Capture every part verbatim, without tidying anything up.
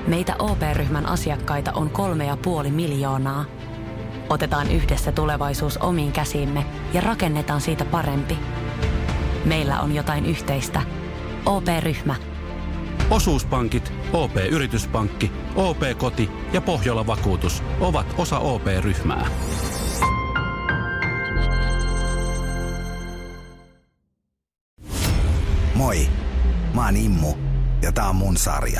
Meitä O P-ryhmän asiakkaita on kolme ja puoli miljoonaa. Otetaan yhdessä tulevaisuus omiin käsiimme ja rakennetaan siitä parempi. Meillä on jotain yhteistä. O P-ryhmä. Osuuspankit, O P-yrityspankki, O P-koti ja Pohjola-vakuutus ovat osa O P-ryhmää. Moi, mä oon Immu ja tää on mun sarja.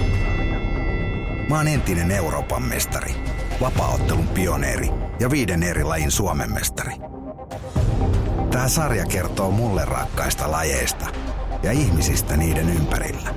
Mä oon entinen Euroopan mestari, vapaaottelun pioneeri ja viiden eri lajin Suomen mestari. Tää sarja kertoo mulle rakkaista lajeista ja ihmisistä niiden ympärillä.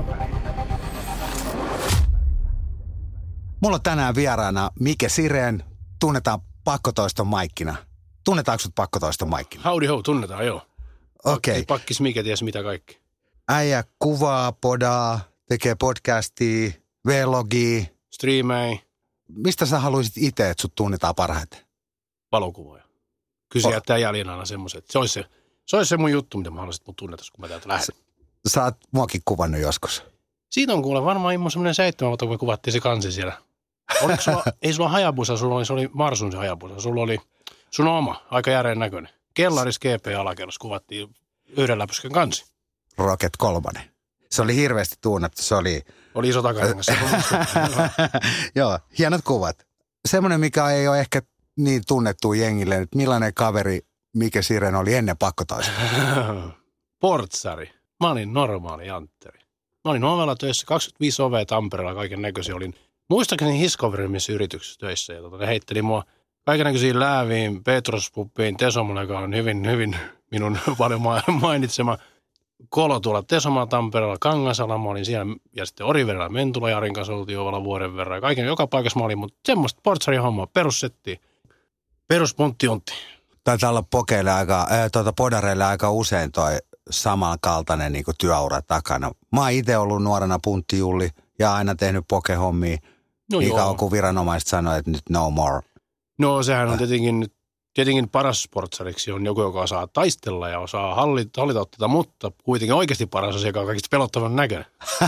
Mulla on tänään vieraana Mike Sirén, tunnetaan Pakkotoiston Maikkina. Tunnetaanko sut Pakkotoiston Maikkina? Howdy ho, tunnetaan, joo. Okei. Okay. Pakkis Mike ties mitä kaikki. Äijä kuvaa, podaa, tekee podcastia, vlogia. Striimei. Mistä sä haluaisit itse, että sut tunnetaan parhaiten? Valokuvaaja. Kyllä jättää jäljen aina semmoiset. Se olisi se, se olisi se mun juttu, mitä mä haluaisin, että mut tunnetaan, kun mä täältä lähden. Sä oot muakin kuvannut joskus. Siitä on kuule varmaan Immo semmoinen seitsemän vuotta, kun me kuvattiin se kansi siellä. Oliko sulla, ei sulla Hayabusa, sulla oli, se oli Marsun se Hayabusa. Sulla oli sun oma, aika järeen näköinen. Kellaris G P-alakerros kuvattiin yhden läpysken kansi. Rocket kolmonen. Se oli hirveästi tuunattu, se oli... Oli iso takarengas. Joo, hienot kuvat. Semmoinen, mikä ei ole ehkä niin tunnettu jengille, että millainen kaveri Mike Sirén oli ennen Pakkotoista? Portsari. Mä olin normaali Antteri. Mä olin ovella töissä, kaksikymmentäviisi ovea Tampereella, kaiken näköisiä. Olin muistaakseni Hiscoverimissä yrityksessä töissä. Ja tota, ne heitteli mua kaiken näköisiin lääviin, Petrus-puppiin, Tesomalle, joka on hyvin, hyvin minun paljon mainitsema kolo tuolla Tesomalla Tampereella, Kangasalla. Mä olin siellä ja sitten Orivedellä Mentula Jarin kanssa oltiin ovella vuoden verran. Kaiken, joka paikassa mä olin, mutta semmoista portsarin hommaa, perussettiin. Peruspuntti-untti. Taitaa olla pokeille aika, äh, tuota podareille aika usein toi samankaltainen niin kuin työura takana. Mä oon itse ollut nuorena punttijulli ja aina tehnyt pokehommia. No niin kauan kuin viranomaiset sanoi, että nyt no more. No sehän on tietenkin, tietenkin paras sportsariksi on joku, joka osaa taistella ja osaa hallita, hallita ottaa, mutta kuitenkin oikeasti paras on se, joka on kaikista pelottavan näköinen.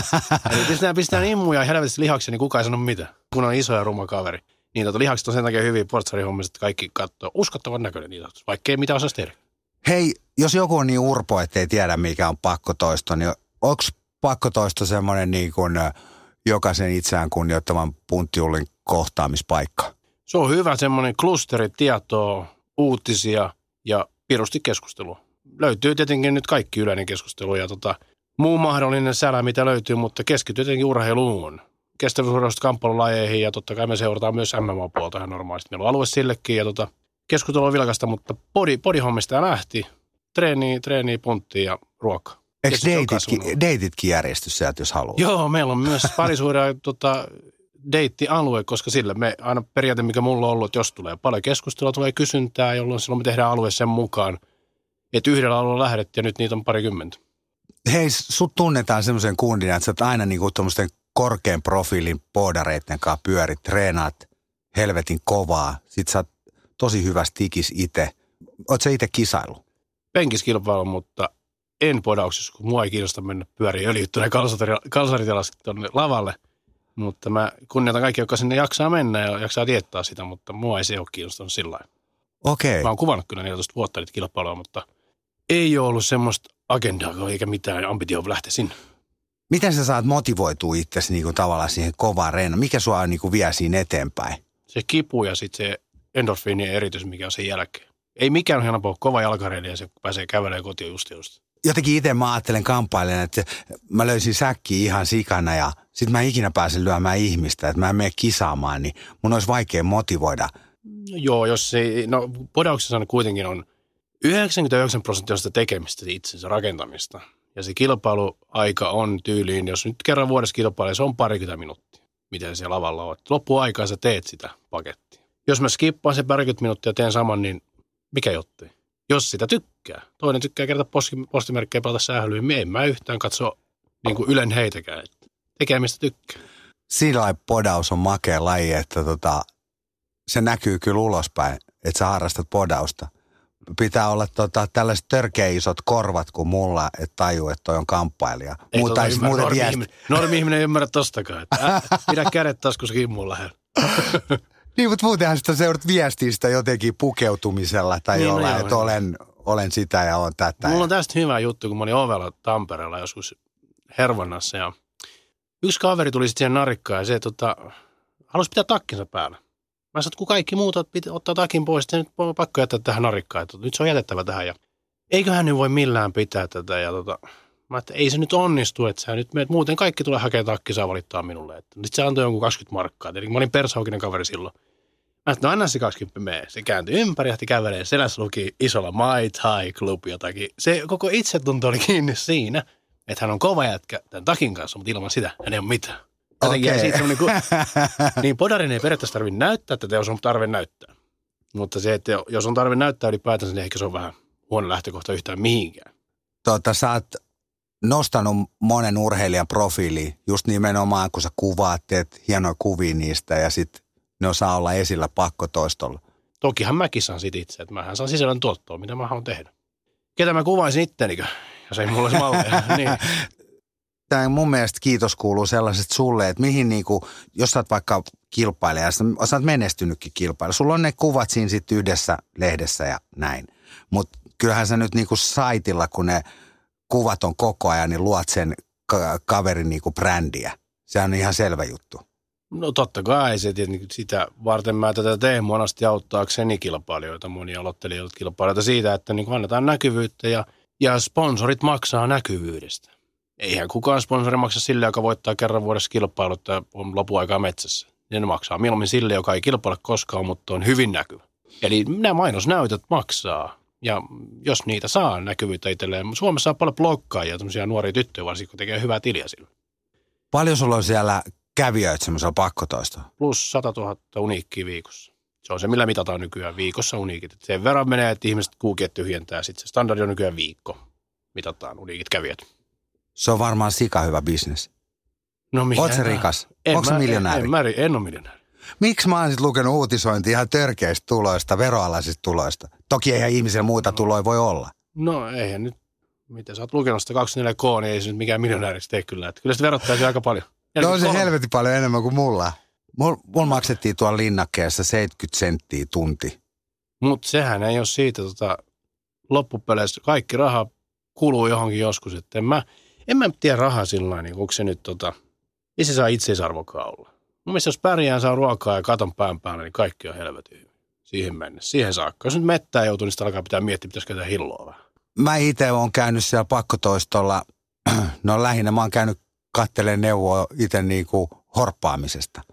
Eli pistetään, pistetään immuja ja helvetisti lihaksia, niin kukaan ei sano mitään. Kun on iso ja ruma kaveri. Niin tota, lihakset on sen takia hyviä sportsarihommia, että kaikki katsoo uskottavan näköinen niitä, vaikka ei mitään osaisi tehdä. Hei, jos joku on niin urpo, ettei tiedä mikä on pakkotoisto, niin onko pakkotoisto semmoinen niin kuin jokaisen itseään kunnioittavan punttijullin kohtaamispaikka? Se on hyvä semmoinen klusteri tietoa, uutisia ja pirusti keskustelua. Löytyy tietenkin nyt kaikki yleinen keskustelu ja tota, muu mahdollinen sälä, mitä löytyy, mutta keskityy tietenkin urheiluun. Kestävyysurheilusta kamppailulajeihin ja totta kai me seurataan myös M M A-puolta ihan normaalisti. Meillä on alue sillekin ja tota, keskustelu on vilkasta, mutta body, bodyhommista lähti. Treeni, treeni, punttia ja ruokaa. Eikö deititkin, deititkin järjesty sieltä, jos haluaa? Joo, meillä on myös parisuuden tota, deittialue, koska sillä me aina periaate, mikä mulla on ollut, että jos tulee paljon keskustelua, tulee kysyntää, jolloin silloin me tehdään alue sen mukaan, että yhdellä alueella lähdet ja nyt niitä on parikymmentä. Hei, sut tunnetaan semmoisen kundina, että sä oot aina niinku tuommoisten korkean profiilin poodareitten kanssa pyörit, treenaat helvetin kovaa, sit sä oot tosi hyvä stikis itse. Oot sä itse kisailu? Penkiskilpailu, mutta en podauksessa, kun mua ei kiinnosta mennä pyöriin öljyttyneen kalsaritilaksi tuonne lavalle. Mutta mä kunnioitan kaikki, jotka sinne jaksaa mennä ja jaksaa tietää sitä, mutta mua ei se ole kiinnostanut sillä lailla. Okei. Okay. Mä oon kuvannut kyllä neljätoista vuotta niitä kilpailuja, mutta ei ole ollut semmoista agendaa eikä mitään ambitioa lähteä sinne. Miten sä saat motivoitua itsesi niinku tavallaan siihen kovaan reenaan? Mikä sua niinku vie siinä eteenpäin? Se kipu ja sitten se endorfiinien eritys, mikä on sen jälkeen. Ei mikään ole helppoa, kova jalkareili ja se pääsee kävelemään kotiin just just. Jotenkin itse mä ajattelen kamppailen, että mä löysin säkkiä ihan sikana ja sit mä ikinä pääsen lyömään ihmistä, että mä en mene kisaamaan, niin mun olisi vaikea motivoida. No joo, jos ei, no podauksessa kuitenkin on yhdeksänkymmentäyhdeksän prosenttia sitä tekemistä itsensä rakentamista. Ja se kilpailuaika on tyyliin, jos nyt kerran vuodessa kilpailee, se on parikymmentä minuuttia, miten se lavalla on. Loppuaikaa sä teet sitä pakettia. Jos mä skippaan sen parikymmentä minuuttia ja teen saman, niin mikä jottei? Jos sitä tykkää. Toinen tykkää kertaa postimerkkejä pelata sählyyn, niin en mä yhtään katso niin kuin Ylen heitäkään. Että tekemistä tykkää. Sillä podaus on makea laji, että tota, se näkyy kyllä ulospäin, että sä harrastat podausta. pitää olla tota, tällaiset törkeä isot korvat kuin mulla, että tajuu, että toi on kamppailija. Ei Muuta tota muuten viesti. Normi, normi ihminen ei ymmärrä tostakaan. Että, äh, pidä kädet taskussa kimmuun lähellä. Niin, mutta muutenhan sitä seudut viestiä sitä jotenkin pukeutumisella tai niin, jollain, no että olen, olen sitä ja olen tätä. Mulla on tästä hyvä juttu, kun mä olin ovella Tampereella joskus Hervannassa ja yksi kaveri tuli sitten siihen narikkaan ja se tota, halusi pitää takkinsa päällä. Mä sanoin, että kun kaikki muut ottaa takin pois, niin nyt on pakko jättää tähän narikkaan. Että nyt se on jätettävä tähän. Ja eiköhän nyt voi millään pitää tätä. Ja tota, mä että ei se nyt onnistu, että sä nyt meet, muuten kaikki tulee hakemaan takki, saa valittaa minulle. Sitten se antoi jonkun kaksikymmentä markkaa. Eli mä olin persaukinen kaveri silloin. Mä että no anna se kaksikymmentä mee. Se kääntyi ympäri, jahti kävelee. Selässä luki isolla My Thai Club jotakin. Se koko itsetunto oli kiinni siinä, että hän on kova jätkä tämän takin kanssa, mutta ilman sitä hän ei ole mitään. Jotenkin okay. Siitä niin, kuin, niin podarin ei periaatteessa tarvitse näyttää tätä, jos on tarve näyttää. Mutta se, että jos on tarve näyttää ylipäätänsä, niin ehkä se on vähän huono lähtökohta yhtään mihinkään. Tota, sä oot nostanut monen urheilijan profiili just nimenomaan, kun sä kuvaat, teet hienoja kuvia niistä ja sitten ne osaa olla esillä pakkotoistolla. Tokihan mäkin saan siitä itse, että mähän saan sisällön tuottoa, mitä mä haluan tehdä. Ketä mä kuvaisin ittenikö, jos ei mulla olisi malleja. Niin. Tämä mun mielestä kiitos kuuluu sellaiset sulle, että mihin niinku, jos sä oot vaikka kilpailija, sä oot menestynytkin kilpailija, sulla on ne kuvat siinä sitten yhdessä lehdessä ja näin. Mutta kyllähän sä nyt niinku saitilla, kun ne kuvat on koko ajan, niin luot sen ka- kaverin niinku brändiä. Se on ihan selvä juttu. No totta kai se, sitä varten mä tätä teen monasti auttaakseni kilpailijoita, monia aloittelijoita kilpailijoita siitä, että niin annetaan näkyvyyttä ja, ja sponsorit maksaa näkyvyydestä. Eihän kukaan sponsori maksa sille, joka voittaa kerran vuodessa kilpailut ja on lopuaikaa metsässä. Ne maksaa mieluummin sille, joka ei kilpaile koskaan, mutta on hyvin näkyvä. Eli nämä mainosnäytöt maksaa. Ja jos niitä saa näkyvyyttä itselleen. Suomessa on paljon bloggaajia, tämmöisiä nuoria tyttöjä, varsinkin kun tekee hyvää tiliä sillä. Paljon sulla on siellä kävijöitä semmoisella pakkotoistolla? Plus sata tuhatta uniikkiä viikossa. Se on se, millä mitataan nykyään viikossa uniikit. Et sen verran menee, että ihmiset kuukiet tyhjentää. Sitten se standardi on nykyään viikko. Mitataan uniikit kävijät. Se on varmaan sika hyvä bisnes. No mikä? Oot sä rikas? Onko sä miljonääri? En, en, en, en ole miljonääri. Miksi mä oon sitten lukenut uutisointia ihan törkeistä tuloista, veroalaisista tuloista? Toki eihän ihmisellä muuta tuloja voi olla. No eihän nyt. Miten sä oot lukenut sitä kaksikymmentäneljä K, niin ei se nyt mikään miljonääriksi tee kyllä. Että kyllä sitä verottaisi aika paljon. No on se helvetin paljon enemmän kuin mulla. Mulla mul maksettiin tuolla linnakkeessa seitsemänkymmentä senttiä tunti. Mutta sehän ei ole siitä tota, loppupeleissä. Kaikki raha kuluu johonkin joskus. Että en mä, en mä tiedä rahaa sillä niin onko se nyt tota, ei se saa itseisarvokaan olla. Mun mielestä jos pärjään, saa ruokaa ja katon pään päällä, niin kaikki on helvetin hyvin. Siihen mennessä, siihen saakka. Jos nyt mettään joutuu, niin sitä alkaa pitää miettiä, pitäisikö tehdä hilloa vähän. Mä itse oon käynyt siellä pakkotoistolla, no lähinnä mä oon käynyt kattelemaan neuvoa itse niinku horppaamisesta.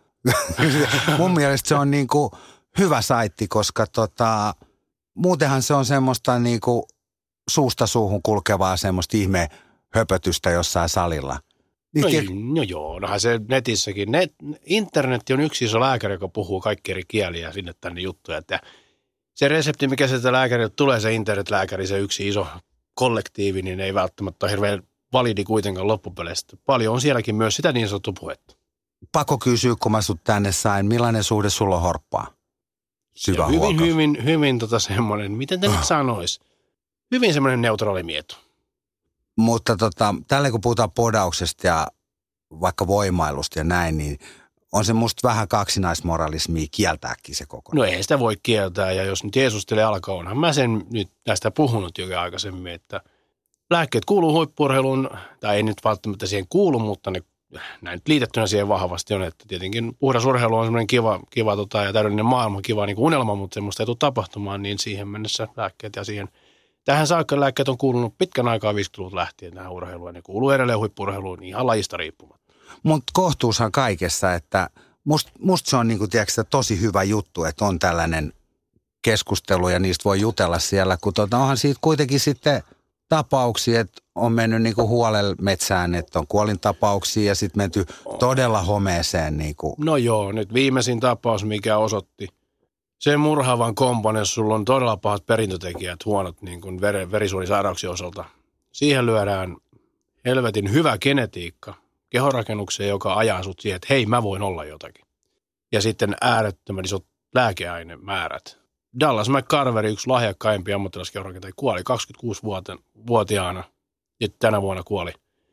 Mun mielestä se on niinku hyvä saitti, koska tota, muutenhan se on semmoista niinku suusta suuhun kulkevaa semmoista ihme höpötystä jossain salilla. No, no joo, nohan se netissäkin. Net, internetti on yksi iso lääkäri, joka puhuu kaikki eri kieliä sinne tänne juttuja. Että se resepti, mikä sieltä lääkäriltä tulee, se internetlääkäri, se yksi iso kollektiivi, niin ei välttämättä ole hirveän validi kuitenkaan loppupeleistä. Paljon on sielläkin myös sitä niin sanottua puhetta. Pakko kysyä, kun mä sut tänne sain, millainen suhde sulla on horppaa? Syvä hyvin, huokaus. hyvin, hyvin tota semmoinen, miten te nyt sanois? Hyvin semmoinen neutraali mieto. Mutta tota, tällä kun puhutaan podauksesta ja vaikka voimailusta ja näin, niin on se musta vähän kaksinaismoralismia kieltääkin se kokonaan. No ei sitä voi kieltää, ja jos nyt Jeesustelee alkaa, onhan mä sen nyt tästä puhunut jo aikaisemmin, että lääkkeet kuuluu huippu-urheiluun, tai ei nyt välttämättä siihen kuulu, mutta ne näin liitettynä siihen vahvasti on, että tietenkin puhdas urheilu on semmoinen kiva, kiva tota, ja täydellinen maailma, kiva niin kuin unelma, mutta semmoista ei tule tapahtumaan, niin siihen mennessä lääkkeet ja siihen. Tähän saakka lääkkeet on kuulunut pitkän aikaa viisikymmentäluvulta lähtien tähän urheiluun, ne kuuluu edelleen huippu-urheiluun ihan lajista riippumatta. Mutta kohtuushan kaikessa, että musta must se on niinku, tiedätkö, tosi hyvä juttu, että on tällainen keskustelu ja niistä voi jutella siellä, kun tota, onhan siitä kuitenkin sitten tapauksia, että on mennyt niinku huolella metsään, että on kuolintapauksia ja sitten menty todella homeeseen. Niinku. No joo, nyt viimeisin tapaus, mikä osoitti sen murhaavan kompon, jos sulla on todella pahat perintötekijät, huonot niin kuin ver- verisuonisairauksien osalta. Siihen lyödään helvetin hyvä genetiikka kehorakennukseen, joka ajaa sut siihen, että hei, mä voin olla jotakin. Ja sitten äärettömän isot lääkeainemäärät. Dallas McCarveri, yksi lahjakkaimpia ammattilaiskeurakentajia, kuoli kaksikymmentäkuusi-vuotiaana ja tänä vuonna kuoli.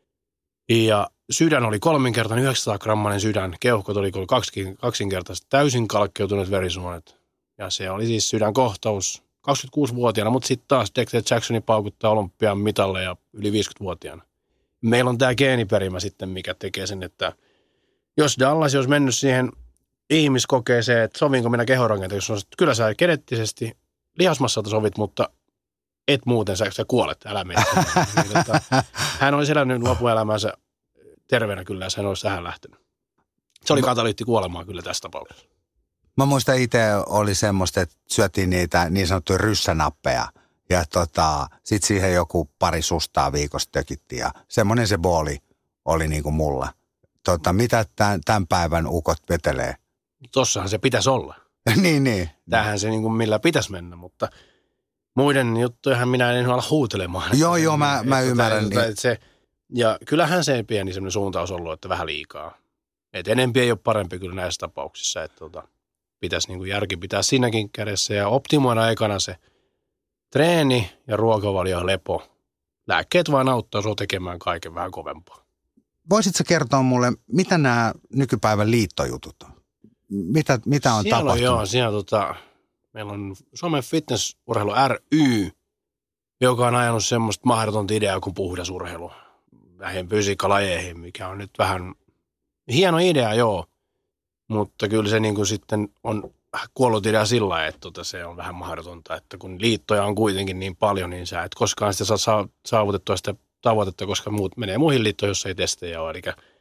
Ja sydän oli kolminkertainen, yhdeksänsataa grammainen sydän, keuhkot oli kaksinkertaiset, täysin kalkkeutuneet verisuonet. Ja se oli siis sydänkohtaus kaksikymmentäkuusi-vuotiaana, mutta sitten taas Dexter Jacksoni paukuttaa olympian mitalle ja yli viisikymmentävuotiaana. Meillä on tämä geeniperimä sitten, mikä tekee sen, että jos Dallas olisi mennyt siihen ihmiskokeeseen, että sovinko minä kehorakenteen, jos on, että kyllä sä geneettisesti lihasmassalta sovit, mutta et muuten sä, sä kuolet, älä mene. niin, että, hän olisi elänyt lopuelämänsä terveenä kyllä, jos hän olisi tähän lähtenyt. Se oli katalyytti kuolemaa kyllä tässä tapauksessa. Mä muistan itse oli semmoista, että syötiin niitä niin sanottuja ryssänappeja ja tota, sit siihen joku pari sustaa viikossa tökittiin ja semmoinen se booli oli niin kuin mulla. Tota, mitä tämän, tämän päivän ukot vetelee? Tossahan se pitäisi olla. niin, niin. Tämähän se niin kuin millä pitäisi mennä, mutta muiden juttujahan minä en ala huutelemaan. Joo, joo, mä, mä ymmärrän. Että, niin. että se, ja kyllähän se pieni semmoinen suuntaus ollut, että vähän liikaa. Että enempi ei ole parempi kyllä näissä tapauksissa, että tota, pitäisi niin kuin järki pitää siinäkin kädessä ja optimoida ekana se treeni ja ruokavalio ja lepo. Lääkkeet vaan auttaa sinua tekemään kaiken vähän kovempaa. Voisitko kertoa mulle, mitä nämä nykypäivän liittojutut on? Mitä, mitä on siellä tapahtunut? On, joo, siellä tota, meillä on Suomen fitnessurheilu ry, joka on ajanut semmoista mahdotonta ideaa kuin puhdas urheilu vähien fysiikkalajeihin, mikä on nyt vähän hieno idea, joo. Mutta kyllä se niin kuin sitten on kuollut idea sillä lailla, että tota se on vähän mahdotonta, että kun liittoja on kuitenkin niin paljon, niin sä et koskaan sitä saa saavutettua sitä tavoitetta, koska muut menee muihin liittoihin, jos ei testejä ole. Eli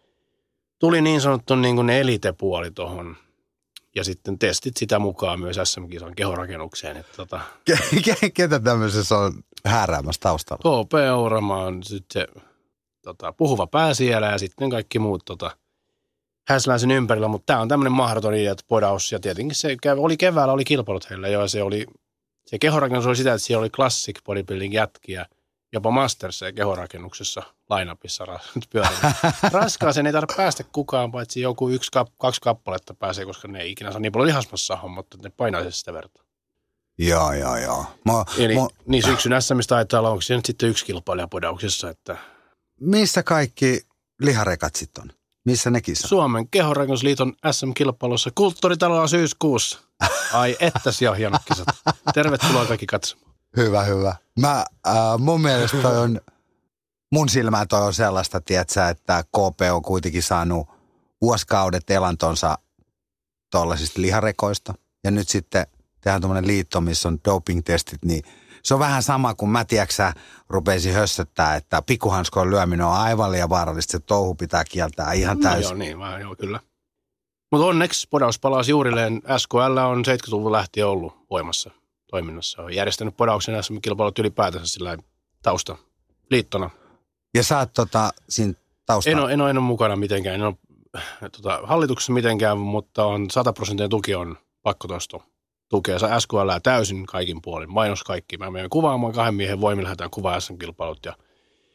tuli niin sanottu niin kuin elitepuoli tuohon ja sitten testit sitä mukaan myös S M-kisan kehorakennukseen. Että tota, Ketä tämmöisessä on hääräämässä taustalla? K P Ourama on sitten se tota, puhuva pääsielä ja sitten kaikki muut tota, häslään sen ympärillä, mutta tämä on tämmöinen mahdoton idea, että podaus ja tietenkin se oli keväällä, oli kilpailut heillä jo ja se oli, se kehorakennus oli sitä, että siellä oli classic bodybuilding jätkiä, jopa Masters ja kehorakennuksessa line-upissa raskaaseen ei tarvitse päästä kukaan, paitsi joku yksi, kaksi kappaletta pääsee, koska ne ei ikinä saa niin paljon lihasmassa hommat, että ne painaisi sitä vertaa. Joo, joo, joo. Mä, Eli mä, niin syksyn S M:ssä taitaa olla, onko siellä nyt sitten yksi kilpailija podauksessa, että missä kaikki liharekat sitten on? Missä ne kisat? Suomen kehorakennusliiton S M-kilpailussa Kulttuuritaloa syyskuussa. Ai ettäs jo hienot kisat. Tervetuloa kaikki katsomaan. Hyvä, hyvä. Mä, äh, mun mielestä toi on, mun silmään toi on sellaista, tietsä, että K P on kuitenkin saanut vuosikaudet elantonsa tuollaisista liharekoista. Ja nyt sitten tehdään tuommoinen liitto, missä on doping-testit, niin se on vähän sama kuin mä, tiedäksä, rupeaisin hössöttää, että pikkuhanskojen lyöminen on aivan liian vaarallista, se touhu pitää kieltää ihan täysin. No joo, niin, vaan joo, kyllä. Mutta onneksi podaus palasi juurilleen. S K L on seitsemänkymmentäluvun lähtien ollut voimassa toiminnassa. On järjestänyt podauksen S M-kilpailut ylipäätänsä sillä tausta liittona. Ja sä oot tota, siinä taustalla? En ole, en ole, en ole mukana mitenkään. En ole tota, hallituksessa mitenkään, mutta on sata prosenttia tuki on pakkotosto. Tukea saa S K L täysin kaikin puolin, mainos kaikki. Mä menen kuvaamaan kahden miehen voimilla, lähdetään kuvaa S M-kilpailut ja,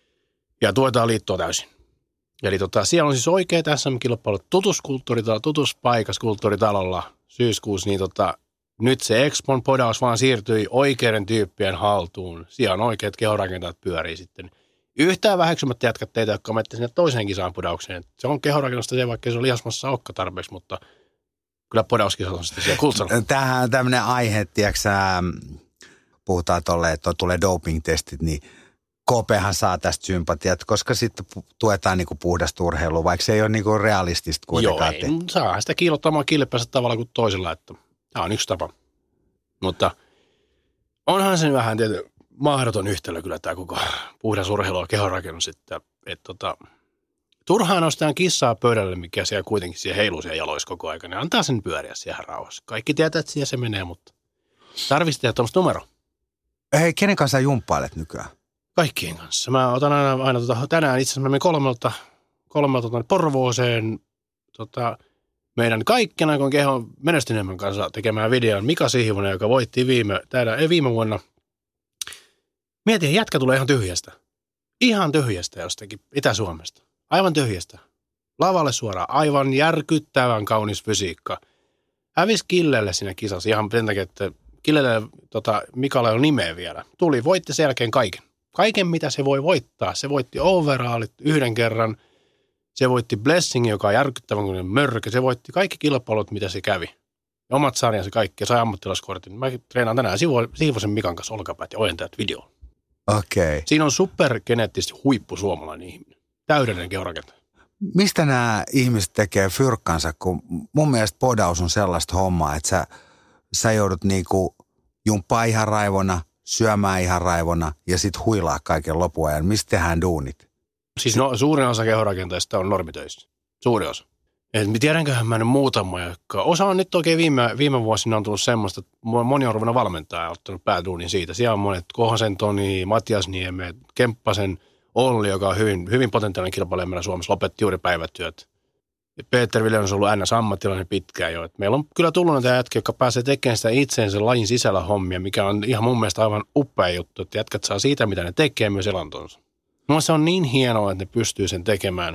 ja tuetaan liittoa täysin. Eli tota, siellä on siis oikeat S M-kilpailut, tutuskulttuuritalo, tutuspaikas kulttuuritalolla syyskuussa, niin tota, nyt se Expon podaus vaan siirtyi oikeiden tyyppien haltuun. Siellä on oikeat kehorakentajat pyörii sitten. Yhtään väheksymättä jatkat teitä, jotka menette sinne toiseen kisaan podaukseen. Se on kehorakennusta se, vaikka se on lihasmassa okka tarpeeksi, mutta kyllä podauskisat on sitten siellä kultsalla. Tämähän on tämmöinen aihe, tiedätkö puhutaan tolle, että tulee doping-testit, niin K P:han saa tästä sympatiat, koska sitten tuetaan niinku puhdasta urheilua, vaikka se ei ole niinku realistista kuitenkaan. Joo, ei, saa sitä kiilottamaan kilpeänsä tavalla kuin toisella, että tämä on yksi tapa. Mutta onhan se vähän tietysti mahdoton yhtälö kyllä tämä koko puhdas urheilu ja kehonrakennus, että et tota, turhaan nostetaan kissaa pöydälle, mikä siellä kuitenkin siellä heiluu siellä jaloissa koko ajan, niin antaa sen pyöriä siellä rauhassa. Kaikki tietää, että siellä se menee, mutta tarvitsisi tehdä tuommoista numeroa. Hei, kenen kanssa sä jumppailet nykyään? Kaikkien kanssa. Mä otan aina, aina tota, tänään itse asiassa mä menen kolmelta, kolmelta tuonne Porvooseen tota, meidän kaikkien aikojen kehon menestyneemmän kanssa tekemään videon Mika Sihvonen, joka voitti viime, täällä, ei viime vuonna. Mietin, jätkä tulee ihan tyhjästä. Ihan tyhjästä jostakin Itä-Suomesta. Aivan tyhjästä. Lavalle suoraan. Aivan järkyttävän kaunis fysiikka. Hävisi Killelle siinä kisassa ihan sen takia, että Killelle tota, Mikalle on nimeä vielä. Tuli, voitti sen jälkeen kaiken. Kaiken, mitä se voi voittaa. Se voitti overallit yhden kerran. Se voitti Blessingin, joka on järkyttävän kuin mörkö. Se voitti kaikki kilpailut, mitä se kävi. Ja omat sarjansa kaikki ja sai ammattilaiskortin. Mä treenaan tänään Siivosen Mikan kanssa olkapäät ja ojentajat videolla. Okei. Okay. Siinä on supergeneettisesti huippusuomalainen ihminen. Täydellinen kehorakentaja. Mistä nämä ihmiset tekee fyrkkansa, kun mun mielestä podaus on sellaista hommaa, että sä, sä joudut niinku jumppaa ihan raivona, syömään ihan raivona ja sit huilaa kaiken lopuajan. Mistä tehdään duunit? Siis no, suurin osa kehorakentajista on normitöissä. Suuri osa. Et tiedänköhän mä nyt muutama, jotka osa on nyt oikein viime, viime vuosina on tullut semmoista, että moni on ruvennut valmentaa ja ottanut pääduunin siitä. Siellä on monet Kohosen Toni, Matias Nieme, Kemppasen Olli, joka on hyvin, hyvin potentiaalinen kilpailija meillä Suomessa, lopetti juuri päivätyöt. Ja Peter Ville on ollut N S-ammattilainen pitkään jo. Et meillä on kyllä tullut näitä jätkiä, jotka pääsee tekemään sitä itseensä lajin sisällä hommia, mikä on ihan mun mielestä aivan upea juttu, että jätkät saa siitä, mitä ne tekee, myös elantonsa. Mun se on niin hienoa, että ne pystyy sen tekemään.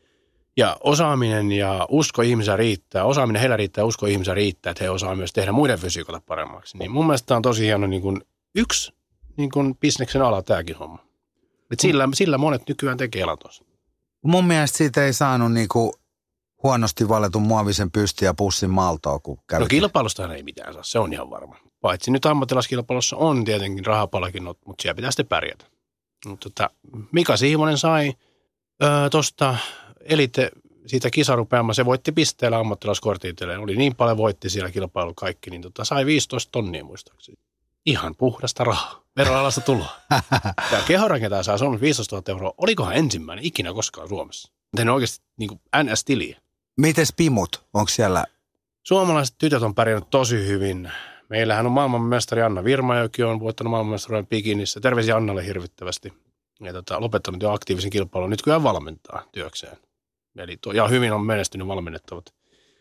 Ja osaaminen ja usko ihmisiä riittää. Osaaminen heillä riittää ja usko ihmisiä riittää, että he osaa myös tehdä muiden fysiikoita paremmaksi. Niin mun mielestä tämä on tosi hieno niin kuin yksi niin kuin bisneksen ala tämäkin homma. Et sillä, sillä monet nykyään tekee elantonsa. Mun mielestä siitä ei saanut niinku huonosti valetun muovisen pystin ja pussin maltoa, kun kävi. No kilpailustahan ei mitään saa, se on ihan varma. Paitsi nyt ammattilaiskilpailussa on tietenkin rahapalkinnot, mutta siellä pitää sitten pärjätä. Mutta tota, Mika Siivonen sai öö, tuosta elite siitä kisarupeamaa, se voitti pisteellä ammattilaiskortiiteleen. Oli niin paljon voitti siellä kilpailu kaikki, niin tota, sai viisitoista tonnia muistaakseni. Ihan puhdasta rahaa, veroalasta tuloa. Tämä kehorakentaja saa Suomessa viisitoistatuhatta euroa. Olikohan ensimmäinen ikinä koskaan Suomessa? Tehnyt oikeasti niin kuin N S-tiliä. Mites pimut? Onko siellä? Suomalaiset tytöt on pärjännyt tosi hyvin. Meillähän on maailmanmestari Anna Virmajoki, on voittanut maailmanmestaruuden bikinissä. Terveisiä Annalle hirvittävästi. Ja tota, lopettanut jo aktiivisen kilpailun. Nyt kyllä valmentaa työkseen. Eli to, ja hyvin on menestynyt valmennettavat.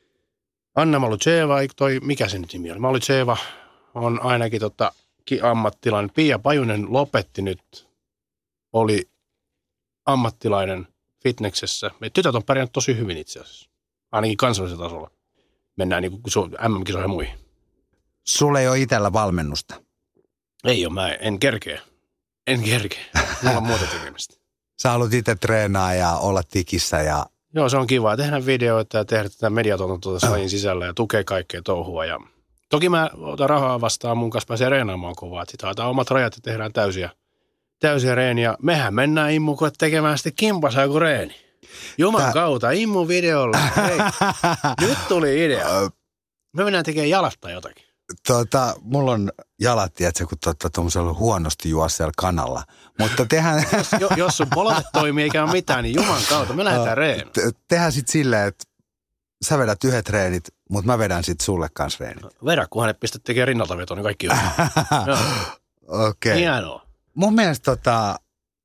Anna Malucheva, toi, mikä se nyt nimi oli? Malucheva on ainakin tota, ammattilainen. Pia Pajunen lopetti nyt. Oli ammattilainen fitneksessä. Me tytöt on pärjännyt tosi hyvin itse asiassa. Ainakin kansallisella tasolla. Mennään niin kuin M M-kisoihin muihin. Sulla ei ole itsellä valmennusta? Ei ole, mä en kerkeä. En kerkeä. Mulla on muuta tekemistä. Sä haluat itse treenaa ja olla tikissä ja... Joo, se on kiva. Tehdä videoita ja tehdä tätä mediatuotantoa tässä lajin sisällä ja tukea kaikkea touhua. Ja toki mä otan rahaa vastaan, mun kanssa pääsee reenaamaan kovaa. Sitten haetaan omat rajat ja tehdään täysiä, täysiä reeniä. Mehän mennään Immulle tekemään sitten kimpasaa joku reeni. Juman Tää... kautta, Immun videolla. Hei, nyt tuli idea. Me mennään tekemään jalatta jotakin. Tota, mulla on jalat, tiedätkö, kun tota, tuollaisella huonosti juosella kanalla. Mutta tehdään... jos, jos sun polvet toimii eikä ole mitään, niin juman kautta me lähdetään reenaan. Te, tehdään sitten silleen, että sä vedät yhdet treenit, mutta mä vedän sitten sulle kanssa treenit. Vedä, kunhan et pistä tekemään rinnalta vetoa, niin kaikki on. Okei. Okay. Hienoa. Mun mielestä tota,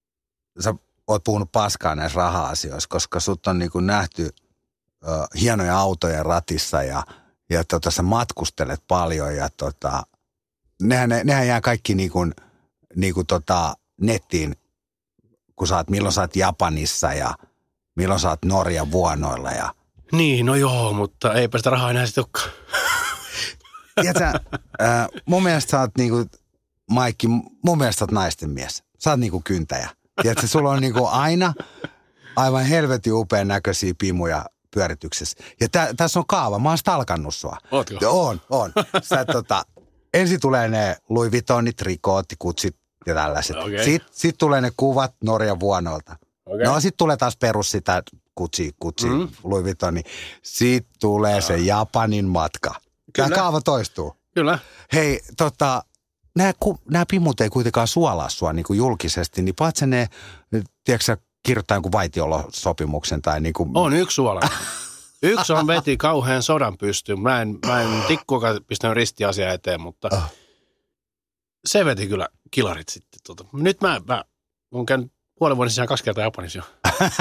sä oot puhunut paskaa näissä raha-asioissa, koska sut on niinku nähty ö, hienoja autoja ratissa ja Ja tota, sä matkustelet paljon ja tota, nehän, nehän jää kaikki niinku, niinku tota, nettiin, kun sä oot, milloin sä oot Japanissa ja milloin sä oot Norjan vuonoilla. Ja... Niin, no joo, mutta eipä sitä rahaa enää sitten olekaan. Tiedätkö, äh, mun mielestä sä oot niinku, Maikki, mun mielestä sä oot naisten mies. Sä oot niinku kyntäjä. Tiedätkö, sulla on niinku aina aivan helvetin upean näköisiä pimuja pyörityksessä. Ja tä, tässä on kaava. Mä oon stalkannut sua. Ootko? On, on. Sä, tota, ensin tulee ne Louis Vuittonit, trikootti, kutsit ja tällaiset. Okay. Sitten sit tulee ne kuvat Norjan vuonolta. Okay. No sit tulee taas perus sitä kutsi, kutsi, mm. Louis Vuittoni. Sitten tulee ja. se Japanin matka. Kyllä. Tämä kaava toistuu. Kyllä. Hei, tota, nämä, nämä pimut ei kuitenkaan suolaa sua niin kuin julkisesti, niin paitsi ne, tiedätkö sä, kirjoittaa jonkun vaitiolosopimuksen tai niin kuin... On yksi suola. Yksi on veti kauhean sodan pystyyn. Mä en, mä en tikkuakaan pistänyt ristiasiaa eteen, mutta oh. se veti kyllä kilarit sitten. Tota. Nyt mä, mä oon käynyt puolen vuoden sisään kaksi kertaa Japanissa jo.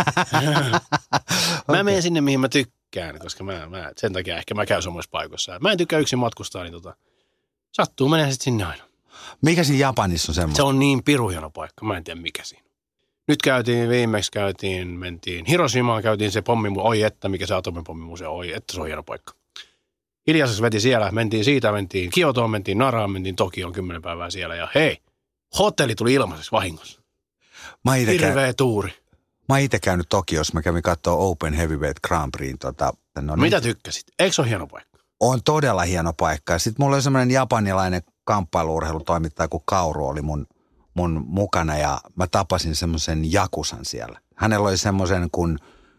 Mä okay. menen sinne, mihin mä tykkään, koska mä, mä, sen takia ehkä mä käyn samoissa paikoissa. Mä en tykkää yksin matkustaa, niin tota, sattuu menee sitten sinne aina. Mikä siinä Japanissa on semmoista? Se on niin piruhieno paikka, mä en tiedä mikä siinä. Nyt käytiin, viimeksi käytiin, mentiin Hiroshimaan, käytiin se pommimuseo, oi että, mikä se atomipommimuseo, oi että, se on hieno paikka. Hiljaisessa veti siellä, mentiin siitä, mentiin Kiotoon, mentiin Naraan, mentiin Tokioon kymmenen päivää siellä ja hei, hotelli tuli ilmaiseksi vahingossa. Mä Hirveä käy... tuuri. Mä itse käynyt Tokiossa, mä kävin katsoa Open Heavyweight Grand Prix. Tota, no Mitä niin, tykkäsit? Eikö se ole hieno paikka? On todella hieno paikka. Sitten mulla oli semmoinen japanilainen kamppailu-urheilutoimittaja, kun Kauru oli mun, mun mukana ja mä tapasin semmoisen jakusan siellä. Hänellä oli semmoisen kuin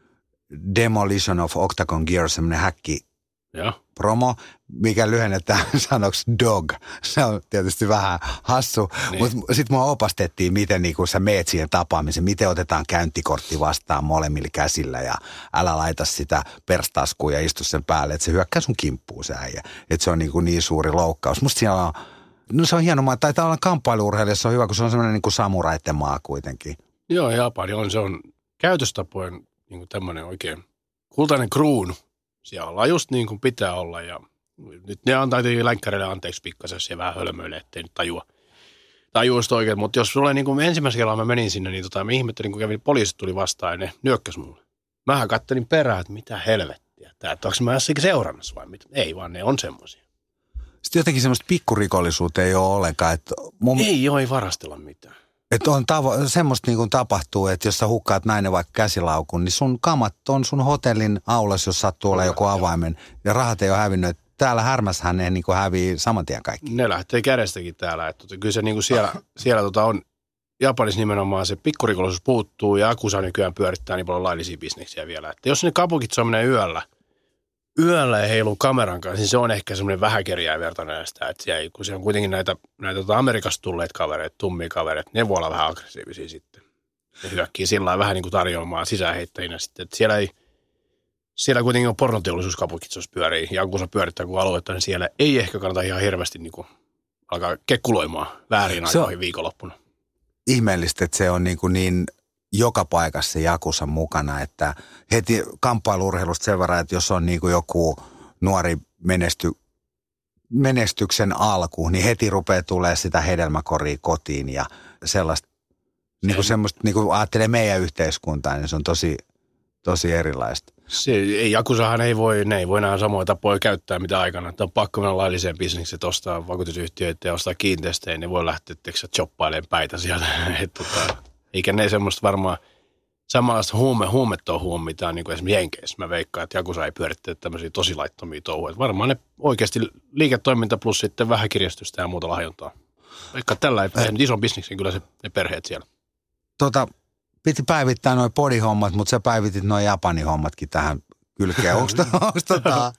Demolition of Octagon Gear, semmoinen häkki Joo. promo, mikä lyhennetään sanoksi dog. Se on tietysti vähän hassu, niin. Mutta sitten mua opastettiin, miten niinku sä meet siihen tapaamiseen, miten otetaan käyntikortti vastaan molemmilla käsillä ja älä laita sitä perstaskuun ja istu sen päälle, että se hyökkää sun kimppuun se äijä. Että se on niinku niin suuri loukkaus. Musta siellä on, no se on hieno maa, taitaa olla kamppailu-urheilija, se on hyvä, kun se on semmoinen niinku samuraitten maa kuitenkin. Joo, Japani on, se on käytöstapojen niinku tämmöinen oikein kultainen kruunu. Siellä ollaan just niin kuin pitää olla ja nyt ne antaa länkkäreille anteeksi pikkasen, jos se vähän hölmöilee, ettei nyt tajua. Tajua just oikein, mutta jos sulle niin kuin ensimmäisen kerran mä menin sinne, niin tota, mä ihmettelin, kun kävin, poliisit tuli vastaan ja ne nyökkäs mulle. Mähän kattelin perään, että mitä helvettiä. Tää, että onko mä jossakin seurannassa vai mitä? Ei vaan, ne on semmoisia. Sitten jotenkin semmoista pikkurikollisuutta ei ole ollenkaan. Että mun... Ei joo, ei varastella mitään. Että on tavo- semmoista niin kuin tapahtuu, että jos sä hukkaat nainen vaikka käsilaukun, niin sun kamat on sun hotellin aulassa, jos sattuu olla joku avaimen ja rahat ei ole hävinnyt. Täällä härmässähän ne niin kuin hävii saman tien kaikki. Ne lähtee kädestäkin täällä. Että kyllä se niin kuin siellä, siellä tota on Japanissa nimenomaan se pikkurikollisuus puuttuu ja Akusa nykyään pyörittää niin paljon laillisia bisneksiä vielä. Että jos ne kapukit on menee yöllä, yöllä ja heiluu kameran kanssa, niin se on ehkä semmoinen vähäkerjää vertainen näistä. Että siellä, kun se on kuitenkin näitä, näitä tota Amerikasta tulleet kavereita, tummia kavereita, ne voi olla vähän aggressiivisia sitten. Ne hyökkii sillä lailla vähän niin kuin tarjoamaan sisäänheittäjinä sitten. Että siellä ei, siellä kuitenkin on pornoteollisuuskapukitsos pyörii ja kun se pyörittää kuin aluetta, niin siellä ei ehkä kannata ihan hirveästi niin kuin alkaa kekkuloimaan väärin aikoihin viikonloppuna. Ihmeellistä, että se on niin, kuin niin joka paikassa se Jakusa mukana, että heti kamppailu-urheilusta sen verran, että jos on niin kuin joku nuori menesty, menestyksen alku, niin heti rupeaa tulemaan sitä hedelmäkoria kotiin ja sellaista, niin kuin semmoista, niin kuin ajattelee meidän yhteiskuntaa, niin se on tosi, tosi erilaista. Se, ei, Jakusahan ei voi, ne ei voi enää samoja tapoja käyttää mitä aikana, että on pakko mennä lailliseen bisnekseen, että ostaa vakuutusyhtiöitä ja ostaa kiinteistöjä, ne voi lähteä teksä choppailemaan päitä sieltä, että tota, eikä ne semmoista varmaan samanlaista huume, huumetouhua mitään niin kuin esimerkiksi Jenkeissä. Mä veikkaan, että Jakusa ei pyörittele tämmöisiä tosi laittomia touhuja. Varmaan ne oikeasti liiketoiminta plus sitten vähän kirjastusta ja muuta lahjontaa. Vaikka tällä ei tehnyt ison bisneksen kyllä se, ne perheet siellä. Tota, piti päivittää noi podihommat, mutta sä päivitit noi Japani-hommatkin tähän kylkeen. Onko tota,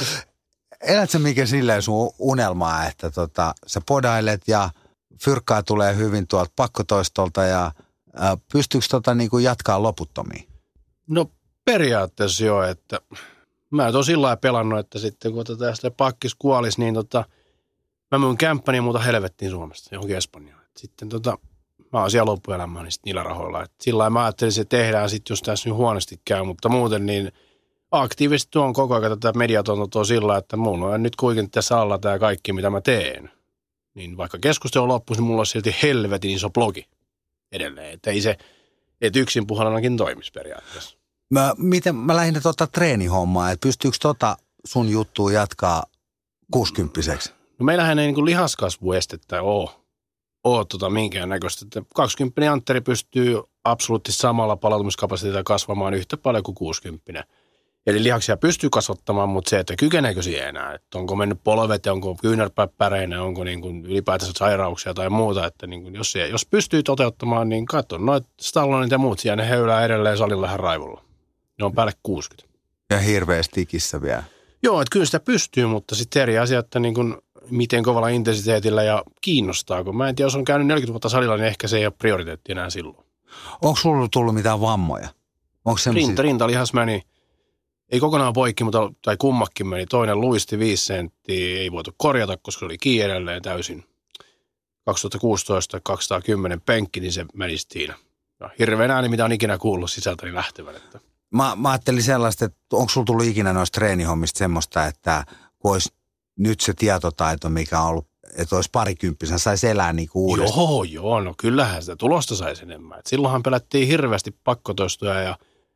elät sä mikä silleen sun unelmaa, että tota, sä podailet ja fyrkkaa tulee hyvin tuolta pakkotoistolta ja ää, pystyykö tota niinku jatkaa loputtomiin? No periaatteessa joo, että mä oon sillä lailla pelannut, että sitten kun tästä pakkis kuolisi, niin tota, mä myyn kämppäni ja muuta helvettiin Suomesta johonkin Espanjaan. Sitten tota, mä oon siellä loppuelämää niin niillä rahoilla. Et sillä lailla mä ajattelin, että se tehdään sitten, jos tässä nyt huonosti käy, mutta muuten niin aktiivisesti tuon koko ajan tätä mediatontoa sillä, että mun on nyt kuitenkin tässä alla tämä kaikki, mitä mä teen. Niin vaikka keskustelu loppuisi, niin mulla on silti helvetin iso blogi edelleen. Että ei se, että yksin puhalanakin toimisi periaatteessa. Mä, miten, mä lähdin tota treenihommaa, että pystyykö tota sun juttua jatkaa kuusikymppiseksi? No meillähän ei niin kuin lihaskasvuestettä ole, ole tota minkäännäköistä. kaksikymmentä Antteri pystyy absoluuttisesti samalla palautumiskapasiteetilla kasvamaan yhtä paljon kuin kuusikymmentä. Eli lihaksia pystyy kasvattamaan, mutta se, että kykeneekö siihen enää, että onko mennyt polvet, onko kyynärpäät päreinä, onko niin kuin ylipäätänsä sairauksia tai muuta, että niin kuin jos, se, jos pystyy toteuttamaan, niin katso, noita Stallonit ja muut siellä, ne höylää edelleen salilla ihan raivolla. Ne on päälle kuusikymmentä. Ja hirveästi ikissä vielä. Joo, että kyllä sitä pystyy, mutta sitten eri asia, että niin kuin miten kovalla intensiteetillä ja kiinnostaa, kun mä en tiedä, jos on käynyt neljäkymmentä vuotta salilla, niin ehkä se ei ole prioriteetti enää silloin. Onko sulla tullut mitään vammoja? Onko semmosia... Rinta, rintalihas meni. Ei kokonaan poikki, mutta tai kummakin meni. Toinen luisti viisi senttiä, ei voitu korjata, koska se oli kiinni edelleen täysin. kaksituhattakuusitoista kaksisataakymmenen penkki, niin se meni siinä. Ja hirveän ääni, mitä on ikinä kuullut sisältäni lähtevän. Että. Mä, mä ajattelin sellaista, että onko sulla tullut ikinä noista treenihommista semmoista, että kun olisi nyt se tietotaito, mikä on ollut, että olisi parikymppisenä, saisi elää niin kuin uudestaan. Joo, joo, no kyllähän sitä tulosta saisi enemmän. Et silloinhan pelättiin hirveästi pakkotoistoja ja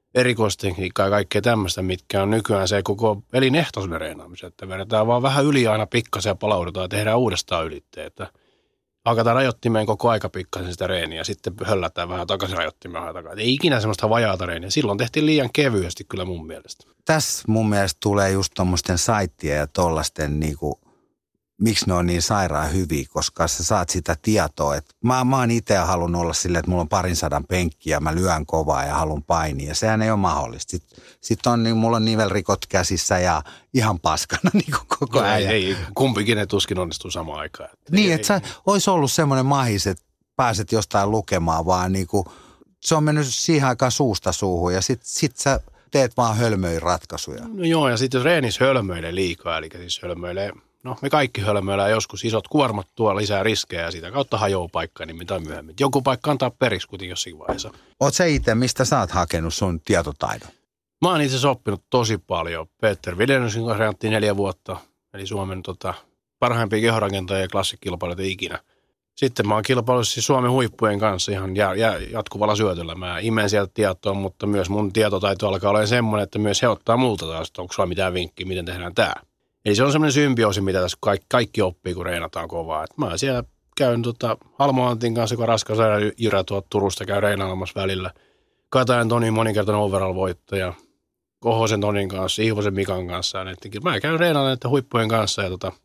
erikoistekniikkaa ja kaikkea tämmöistä, mitkä on nykyään se koko elinehtoiselle reenaamiselle, että vedetään vaan vähän yli aina pikkasen ja palaudutaan ja tehdään uudestaan ylitteen, että hakataan rajoittimeen koko aika pikkasen sitä reeniä ja sitten höllätään vähän takaisin rajoittimeen vähän takaisin. Ei ikinä semmoista vajaata reeniä. Silloin tehtiin liian kevyesti kyllä mun mielestä. Tässä mun mielestä tulee just tommoisten saittien ja tollasten niinku, miksi ne on niin sairaan hyviä, koska sä saat sitä tietoa. Et mä, mä oon itse halunnut olla silleen, että mulla on parin sadan penkkiä ja mä lyön kovaa ja haluan painia. Sehän ei ole mahdollista. Sitten sit on, niin mulla on nivelrikot käsissä ja ihan paskana niin koko ajan. Ei, ei, kumpikin ne tuskin onnistuu samaan aikaan. Että niin, että sä olisi ollut semmoinen mahis, että pääset jostain lukemaan, vaan niinku, se on mennyt siihen aikaan suusta suuhun ja sit, sit sä teet vaan hölmöjä ratkaisuja. No joo, ja sitten jos reenis hölmöilee liikaa, eli siis hölmöilee, no me kaikki hölmöilään joskus, isot kuormat tuo lisää riskejä ja sitä kautta hajoaa paikkaa niin mitä myöhemmin. Joku paikka antaa periksi kuitenkin jossakin vaiheessa. Oot sä itse, mistä sä oot hakenut sun tietotaidon? Mä oon itse asiassa oppinut tosi paljon. Peter Viljanusin kanssa reenattiin neljä vuotta, eli Suomen tota, parhaimpia kehorakentajia ja klassikilpailijoita ikinä. Sitten mä oon kilpaillut siis Suomen huippujen kanssa ihan jä, jä, jatkuvalla syötöllä. Mä imen sieltä tietoa, mutta myös mun tietotaito alkaa olla semmoinen, että myös he ottaa multa taas, että onko sulla mitään vinkkiä, miten tehdään tää. Eli se on semmoinen symbioosi, mitä tässä kaikki, kaikki oppii, kun reenataan kovaa. Et mä siellä käyn tota, Halmo Antin kanssa, kun raskas Jyrä tuolta Turusta käy reenailemassa välillä. Katajan Tonin moninkertainen overall-voittaja. Kohosen Tonin kanssa, Ihvosen Mikan kanssa. Ja mä käyn reenailemaan näiden huippujen kanssa ja tota,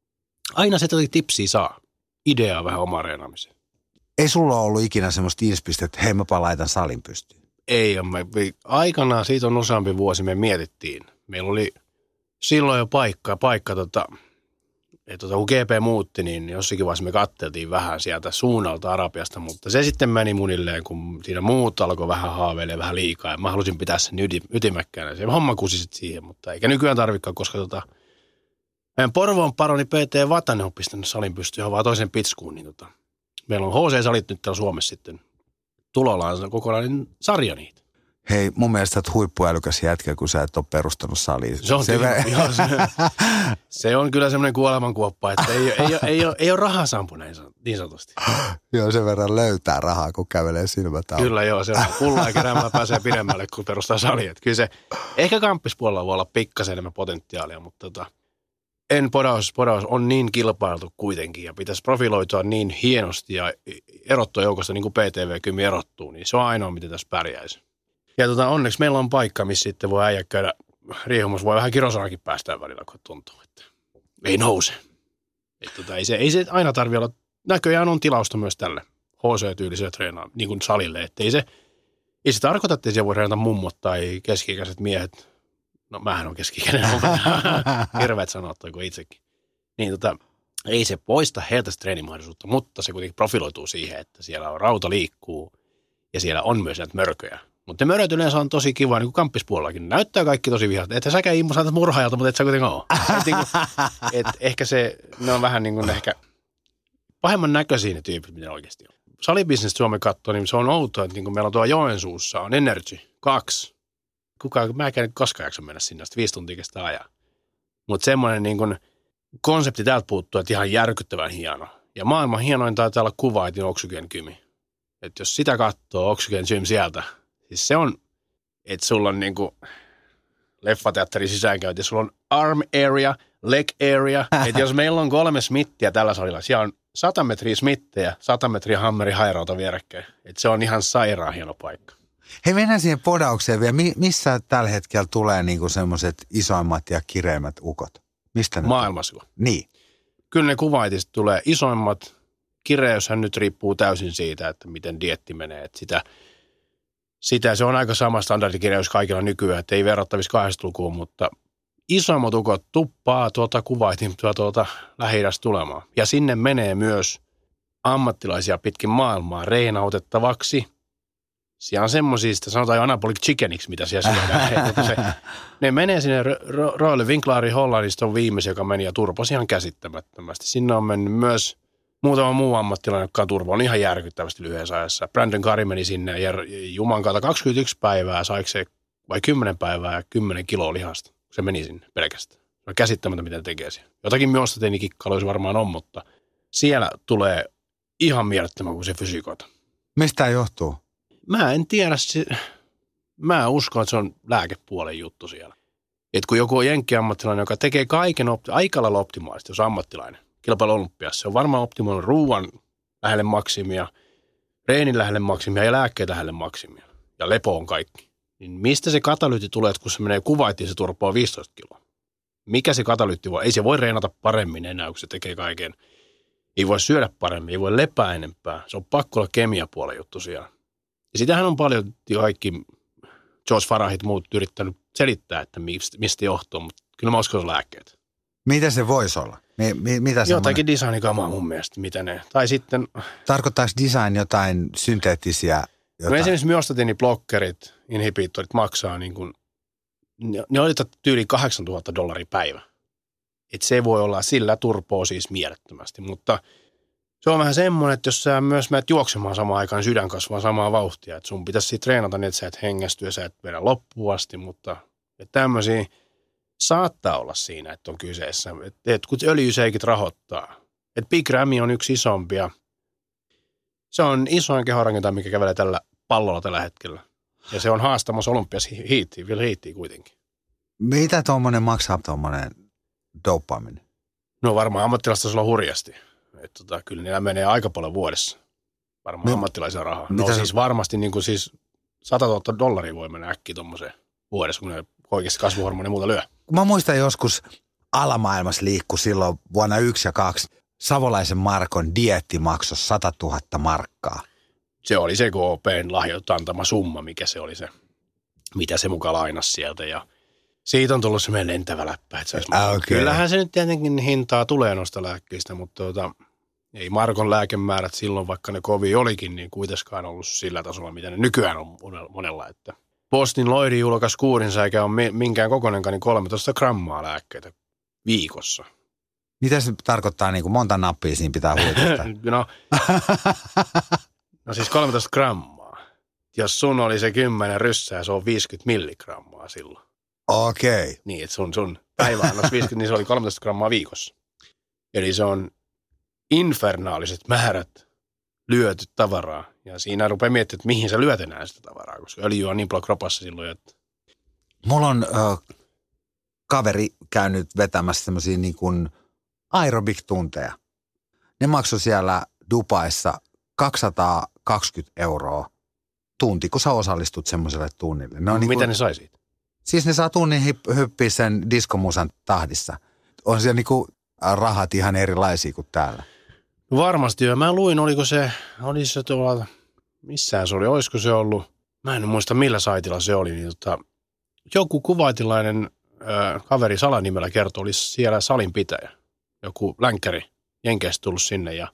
aina se tipsiä saa. Ideaa vähän omaan reenaamiseen. Ei sulla ollut ikinä semmoista inspistä, että hei mäpä laitan salin pystyyn? Ei ole. Aikanaan, siitä on useampi vuosi, me mietittiin. Meillä oli silloin jo paikka, paikka tota, että tota, kun G P muutti, niin jossakin vaiheessa me katteltiin vähän sieltä suunnalta Arabiasta, mutta se sitten meni munilleen, kun siinä muut alkoi vähän haaveilemaan vähän liikaa. Ja mä halusin pitää sen ytimäkkäänä. Se homma kusi sitten siihen, mutta eikä nykyään tarvikaan, koska tota, meidän Porvoon paroni P T Vatanen on pistänyt salin pystyyn vaan toisen pitskuun, niin tota, meillä on H C-salit nyt täällä Suomessa sitten tulollaan kokonainen sarja niitä. Hei, mun mielestä sä oot huippuälykäs jätkä, kun sä et ole perustanut salia. Se on, se, kyllä, ve- joo, se, se on kyllä semmoinen kuolemankuoppa, että ei, ei, ei, ei, ole, ei ole rahasampu näin niin sanotusti. Joo, sen verran löytää rahaa, kun kävelee silmät auki. Kyllä joo, se on pullaa keräämällä pääsee pidemmälle, kun perustaa salia. Että kyllä se, ehkä kamppispuolella voi olla pikkasen enemmän potentiaalia, mutta tota, en podaus, podaus on niin kilpailtu kuitenkin ja pitäisi profiloitua niin hienosti ja erottua joukosta niin kuin P T V-kymi erottuu, niin se on ainoa, miten tässä pärjäisi. Ja tota, onneksi meillä on paikka, missä sitten voi äijä käydä riehumassa. Voi vähän kirosanakin päästään välillä, kun tuntuu, että ei nouse. Että tota, ei, se, ei se aina tarvitse olla. Näköjään on tilausta myös tälle H C-tyyliselle treenaan, niin kuin salille. Että ei se, ei se tarkoita, että siellä voi treenata mummot tai keski-ikäiset miehet. No mähän on keski-ikäinen. Hirveät sanottua kuin itsekin. Niin tota, ei se poista heiltä treenimahdollisuutta, mutta se kuitenkin profiloituu siihen, että siellä on rauta liikkuu ja siellä on myös näitä mörköjä. Mutta möröt yleensä on tosi kiva, niin kuin kamppispuolellakin. Näyttää kaikki tosi vihat. Että säkään Immo saatat murhaajalta, mutta et sä kuitenkaan ole. Et, niin kuin, et ehkä se, ne on vähän niin kuin ehkä pahemman näköisiä ne tyypit, mitä oikeasti on. Salibisnestä Suomen katsoo, niin se on outoa, että niin kuin meillä on tuolla Joensuussa on Energy kaksi. Kukaan, mä en koskaan jaksa mennä sinne, sitten viisi tuntia kestää ajaa. Mutta semmoinen niin kuin konsepti täältä puuttuu, että ihan järkyttävän hieno. Ja maailman hienoin taitaa olla kuva, että Oxygen Gymi. Että jos sitä katsoo, Oxygen Gym sieltä, siis se on, että sulla on niinku leffateatterin sisäänkäynti, sulla on arm area, leg area. Että jos meillä on kolme smittiä tällä salilla, siellä on sata metriä smittejä, sata metriä hammeri hairauta vierekkäin. Että se on ihan sairaan hieno paikka. Hei, mennään siihen podaukseen vielä. Missä tällä hetkellä tulee niinku semmoiset isoimmat ja kireimmät ukot? Mistä ne maailmassa? Niin. Kyllä ne kuvaitista tulee isoimmat. Kireyshän nyt riippuu täysin siitä, että miten dieetti menee. Että sitä... Sitä se on aika sama standardikireys kaikilla nykyään, että ei verrattavissa kahdesta lukuun, mutta isommat ukot tuppaa tuota kuvaitintua tuolta Lähi-idästä tulemaan. Ja sinne menee myös ammattilaisia pitkin maailmaa reenautettavaksi. Siellä on semmoisia, sanotaan jo anabolic chickeniksi, mitä siellä syödään. se, ne menee sinne, Roelle Winklari Hollannista on viimeisen, joka meni ja turposi ihan käsittämättömästi. Sinne on mennyt myös muutama muu ammattilainen, joka on turva, on ihan järkyttävästi lyhyessä ajassa. Brandon Curry meni sinne ja juman kautta kaksikymmentäyksi päivää, saiko se vai kymmenen päivää ja kymmenen kiloa lihasta. Se meni sinne pelkästään. Se on käsittämättä, mitä ne tekee siellä. Jotakin myostateenikikkailuissa varmaan on, mutta siellä tulee ihan mielettömän kuin se fysiikoita. Mistä johtuu? Mä en tiedä. Se, mä uskon, että se on lääkepuolen juttu siellä. Että kun joku on jenkkiammattilainen, joka tekee kaiken opti- aika lailla optimaalisesti, jos ammattilainen, kilpailu olympiassa, se on varmaan optimoinut ruuan lähelle maksimia, reenin lähelle maksimia ja lääkkeet lähelle maksimia. Ja lepo on kaikki. Niin mistä se katalyytti tulee, että kun se menee kuvaittiin, se turpaa viisitoista kiloa? Mikä se katalyytti voi? Ei se voi reenata paremmin enää, kun se tekee kaiken. Ei voi syödä paremmin, ei voi lepää enempää. Se on pakko olla kemiapuolen juttu siellä. Ja sitähän on paljon kaikki George Farahit muut yrittänyt selittää, että mistä johtuu, mutta kyllä mä uskon, että lääkkeet. Mitä se voisi olla? Mi- mi- mitä jotakin designikamaa mun mielestä, mitä ne. Tai sitten... Tarkoittaako design jotain synteettisiä? Jotain? No esimerkiksi myostatinblokkerit, inhibitorit maksaa niin kuin, ne oli tyyli kahdeksantuhatta dollaria päivä. Että se voi olla sillä turpoo siis mielettömästi, mutta se on vähän semmoinen, että jos sä myös menet juoksemaan samaan aikaan, niin sydän kasvaa samaa vauhtia. Että sun pitäisi treenata niin, että sä et hengästy ja sä et vedä loppuun asti, mutta tämmöisiä saattaa olla siinä, että on kyseessä. Että et, kun öljyseikit rahoittaa. Että Big Ramy on yksi isompia. Se on isoin kehorakentaja, mikä kävelee tällä pallolla tällä hetkellä. Ja se on haastamassa olympiassa hiittiin, vielä hiittiin kuitenkin. Mitä tuommoinen maksaa tuommoinen dopaminen? No varmaan ammattilaista on hurjasti. Että tota, kyllä niillä menee aika paljon vuodessa. Varmaan no, ammattilaisia rahaa. No siis se... varmasti niin kuin siis sata tuhatta dollaria voi mennä äkkiä tuommoiseen vuodessa, kun ne oikeasti kasvuhormoni muuta lyö. Mä muistan joskus alamaailmassa liikkui silloin vuonna yksi ja kaksi. Savolaisen Markon dieetti maksoi sata tuhatta markkaa. Se oli se K O P:n lahjoitta antama summa, mikä se oli se, mitä se mukaan lainasi sieltä. Ja siitä on tullut semmoinen lentävä läppä. Että okay. Kyllähän se nyt tietenkin hintaa tulee noista lääkkeistä, mutta tuota, ei Markon lääkemäärät silloin, vaikka ne kovin olikin, niin kuitenkaan ollut sillä tasolla, mitä ne nykyään on monella. Että Boston Lloydin julkaisi kuurinsa eikä ole minkään kokoinenkaan, niin kolmetoista grammaa lääkkeitä viikossa. Mitä se tarkoittaa, niin kuin monta nappia siinä pitää huitata? no, no siis kolmetoista grammaa. Jos sun oli se kymmenen ryssää, se on viisikymmentä milligrammaa silloin. Okei. Okay. Niin, että sun, sun päiväannos viisikymmentä, niin se oli kolmetoista grammaa viikossa. Eli se on infernaaliset määrät lyöty tavaraa. Ja siinä rupeaa miettimään, että mihin sä lyöt enää sitä tavaraa, koska öljy on niin paljon kropassa silloin, että... Mulla on äh, kaveri käynyt vetämässä semmoisia niin kuin aerobik-tunteja. Ne maksoi siellä Dubaissa kaksisataakaksikymmentä euroa tunti, kun sä osallistut semmoiselle tunnille. Ne on niin Mitä kuin, ne sai siitä? Siis ne saa tunnin hyppiä sen diskomusan tahdissa. On siellä niin kuin rahat ihan erilaisia kuin täällä. Varmasti jo. Mä luin, oliko se, oli se tuolla, missään se oli, olisiko se ollut, mä en muista millä saitilla se oli, niin tota, joku kuvaitilainen äh, kaveri salanimellä kertoi, olisi siellä salinpitäjä. Joku länkkäri Jenkeistä tullut sinne ja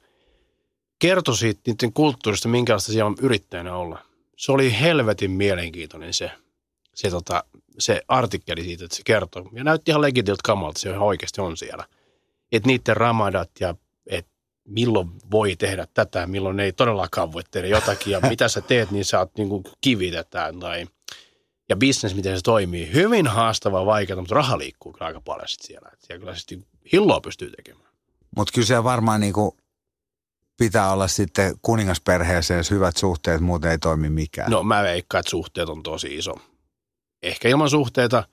kertoi siitä niiden kulttuurista, minkälaista siellä on yrittäjänä olla. Se oli helvetin mielenkiintoinen se, se, tota, se artikkeli siitä, että se kertoi. Ja näytti ihan legitiltä kamalta, se ihan oikeasti on siellä. Että niiden ramadat ja että milloin voi tehdä tätä, milloin ei todellakaan voi tehdä jotakin. Ja mitä sä teet, niin sä oot niin kuin kivitetään tai... Ja business, miten se toimii. Hyvin haastavaa, vaikeaa, mutta raha liikkuu kyllä aika paljon sitten siellä. Että siellä kyllä sitten hilloa pystyy tekemään. Mutta kyllä siellä varmaan niinku pitää olla sitten kuningasperheeseen hyvät suhteet, muuten ei toimi mikään. No mä veikkaan, että suhteet on tosi iso. Ehkä ilman suhteita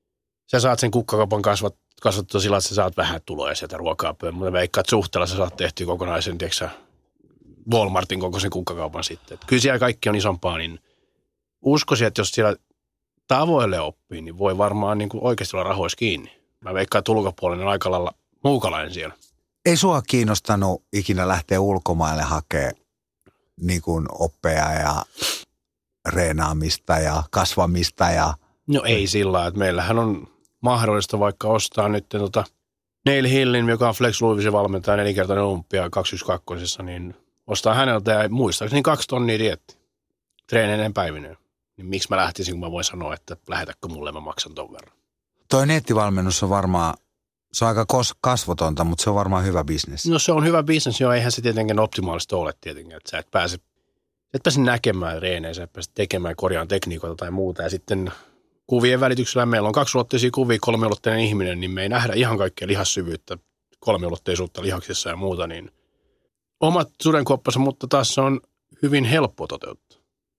sä saat sen kukkakaupan kasvat, kasvattua sillä, että sä saat vähän tuloja sieltä ruokaa pöydän. Mutta veikkaan, että suhteella sä saat tehtyä kokonaisen, tiedätkö Walmartin kokoisen kukkakaupan sitten. Et kyllä siellä kaikki on isompaa, niin uskoisin, että jos siellä tavoille oppii, niin voi varmaan niin kuin oikeasti olla rahoissa kiinni. Mä veikkaan, että ulkopuolinen on aika lailla muukalainen siellä. Ei sua kiinnostanut ikinä lähteä ulkomaille hakemaan niin kuin oppeja ja reenaamista ja kasvamista ja... No ei sillä lailla, että meillähän on mahdollista vaikka ostaa nyt tota Neil Hillin, joka on Flex Lewisen valmentaja nelinkertainen olympia kaksisataayksitoista, niin ostaa häneltä ja muistaakseni kaksi tonnia dieetti treeneinen päivineen. Niin miksi mä lähtisin, kun mä voin sanoa, että lähetäkö mulle, mä maksan ton verran. Toi nettivalmennus on varmaan, se on aika kasvotonta, mutta se on varmaan hyvä bisnes. No se on hyvä bisnes, joo, eihän se tietenkin optimaalista ole tietenkin, että sä et pääse, et pääse näkemään reenejä, sä et pääse tekemään korjaan tekniikoita tai muuta. Ja sitten kuvien välityksellä meillä on kaksiulotteisia kuvia, kolmiulotteinen ihminen, niin me ei nähdä ihan kaikkea lihassyvyyttä, kolmiulotteisuutta lihaksissa ja muuta, niin omat sudenkuoppansa, mutta taas se on hyvin helppo toteuttaa.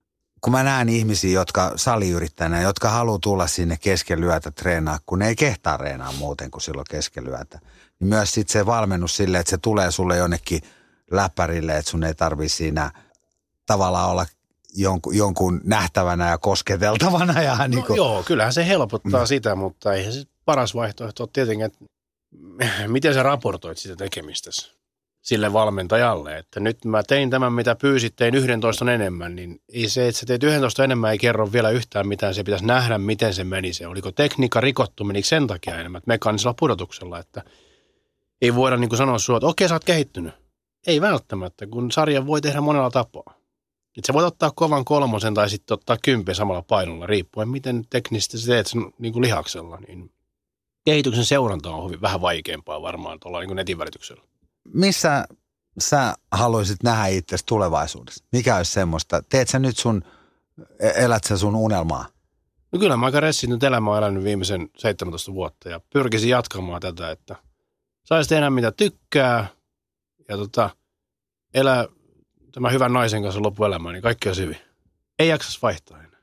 kun mä näen ihmisiä, jotka saliyrittäjänä, jotka haluaa tulla sinne keskellä yötä treenaa, kun ne ei kehtaa treenaa muuten kuin silloin keskellä yötä. Niin myös sitten se valmennus silleen, että se tulee sulle jonnekin läppärille, että sun ei tarvitse siinä tavallaan olla jonkun, jonkun nähtävänä ja kosketeltavana. Ja niin kuin. No, joo, kyllähän se helpottaa mm. sitä, mutta eihän se paras vaihtoehto ole tietenkin, että miten sä raportoit sitä tekemistäsi sille valmentajalle. Että nyt mä tein tämän, mitä pyysit, tein yhdentoista enemmän, niin ei se, että sä teet yhdentoista enemmän, ei kerro vielä yhtään mitään. Se pitäisi nähdä, miten se meni. Se oliko tekniikka rikottu, menikö sen takia enemmän, että mekaanisella pudotuksella, että ei voida niin kuin sanoa sua, että okei, sä oot kehittynyt. Ei välttämättä, kun sarja voi tehdä monella tapaa. Että sä voit ottaa kovan kolmosen tai sitten ottaa kympin samalla painolla, riippuen miten teknisesti sä teet sen niin kuin lihaksella. Niin kehityksen seuranta on hyvin, vähän vaikeampaa varmaan tuolla niin kuin netin välityksellä. Missä sä haluaisit nähdä itsesi tulevaisuudessa? Mikä olisi semmoista? Teet sä nyt sun, elät sä sun unelmaa? No kyllä mä aika ressitnyt elämää olen elänyt viimeisen seitsemäntoista vuotta ja pyrkisin jatkamaan tätä, että saisi tehdä mitä tykkää ja tota, elää tämän hyvän naisen kanssa loppuelämää, niin kaikki on hyvin. Ei jaksas vaihtaa enää.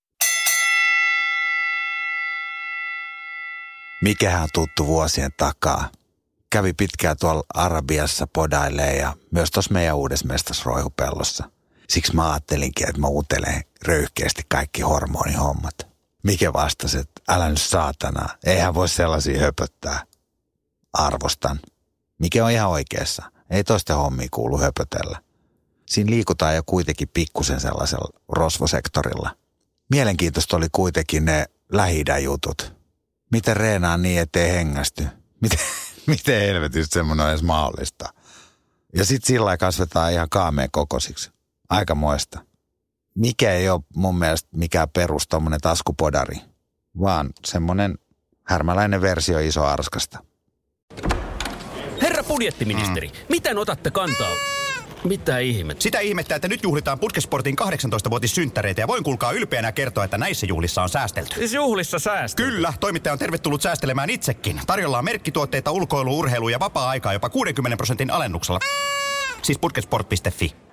Mikähän tuttu vuosien takaa. Kävi pitkään tuolla Arabiassa podailee ja myös tuossa meidän uudessa mestasroihupellossa. Siksi mä ajattelinkin, että mä utelen röyhkeästi kaikki hormonihommat. Mike vastasi, että älä nyt saatana, eihän voi sellaisia höpöttää. Arvostan. Mike on ihan oikeassa. Ei toisten hommia kuulu höpötellä. Siinä liikutaan jo kuitenkin pikkusen sellaisella rosvosektorilla. Mielenkiintoista oli kuitenkin ne Lähi-idän jutut. Miten reenaa niin, ettei hengästy? Miten, miten helvetistä semmoinen on edes mahdollista? Ja sitten sillä lailla kasvetaan ihan kaameen kokosiksi. Aikamoista. Mikä ei ole mun mielestä mikään perus tommonen taskupodari, vaan semmoinen härmäläinen versio iso arskasta. Herra budjettiministeri, mm. miten otatte kantaa? Mitä ihmettä? Sitä ihmettä, että nyt juhlitaan Putkesportin kahdeksantoista-vuotissynttäreitä ja voin kuulkaa ylpeänä kertoa, että näissä juhlissa on säästelty. Siis juhlissa säästelty? Kyllä, toimittaja on tervetullut säästelemään itsekin. Tarjolla on merkkituotteita, ulkoilu, urheilu ja vapaa-aikaa jopa kuudenkymmenen prosentin alennuksella. Siis putkesport piste fi.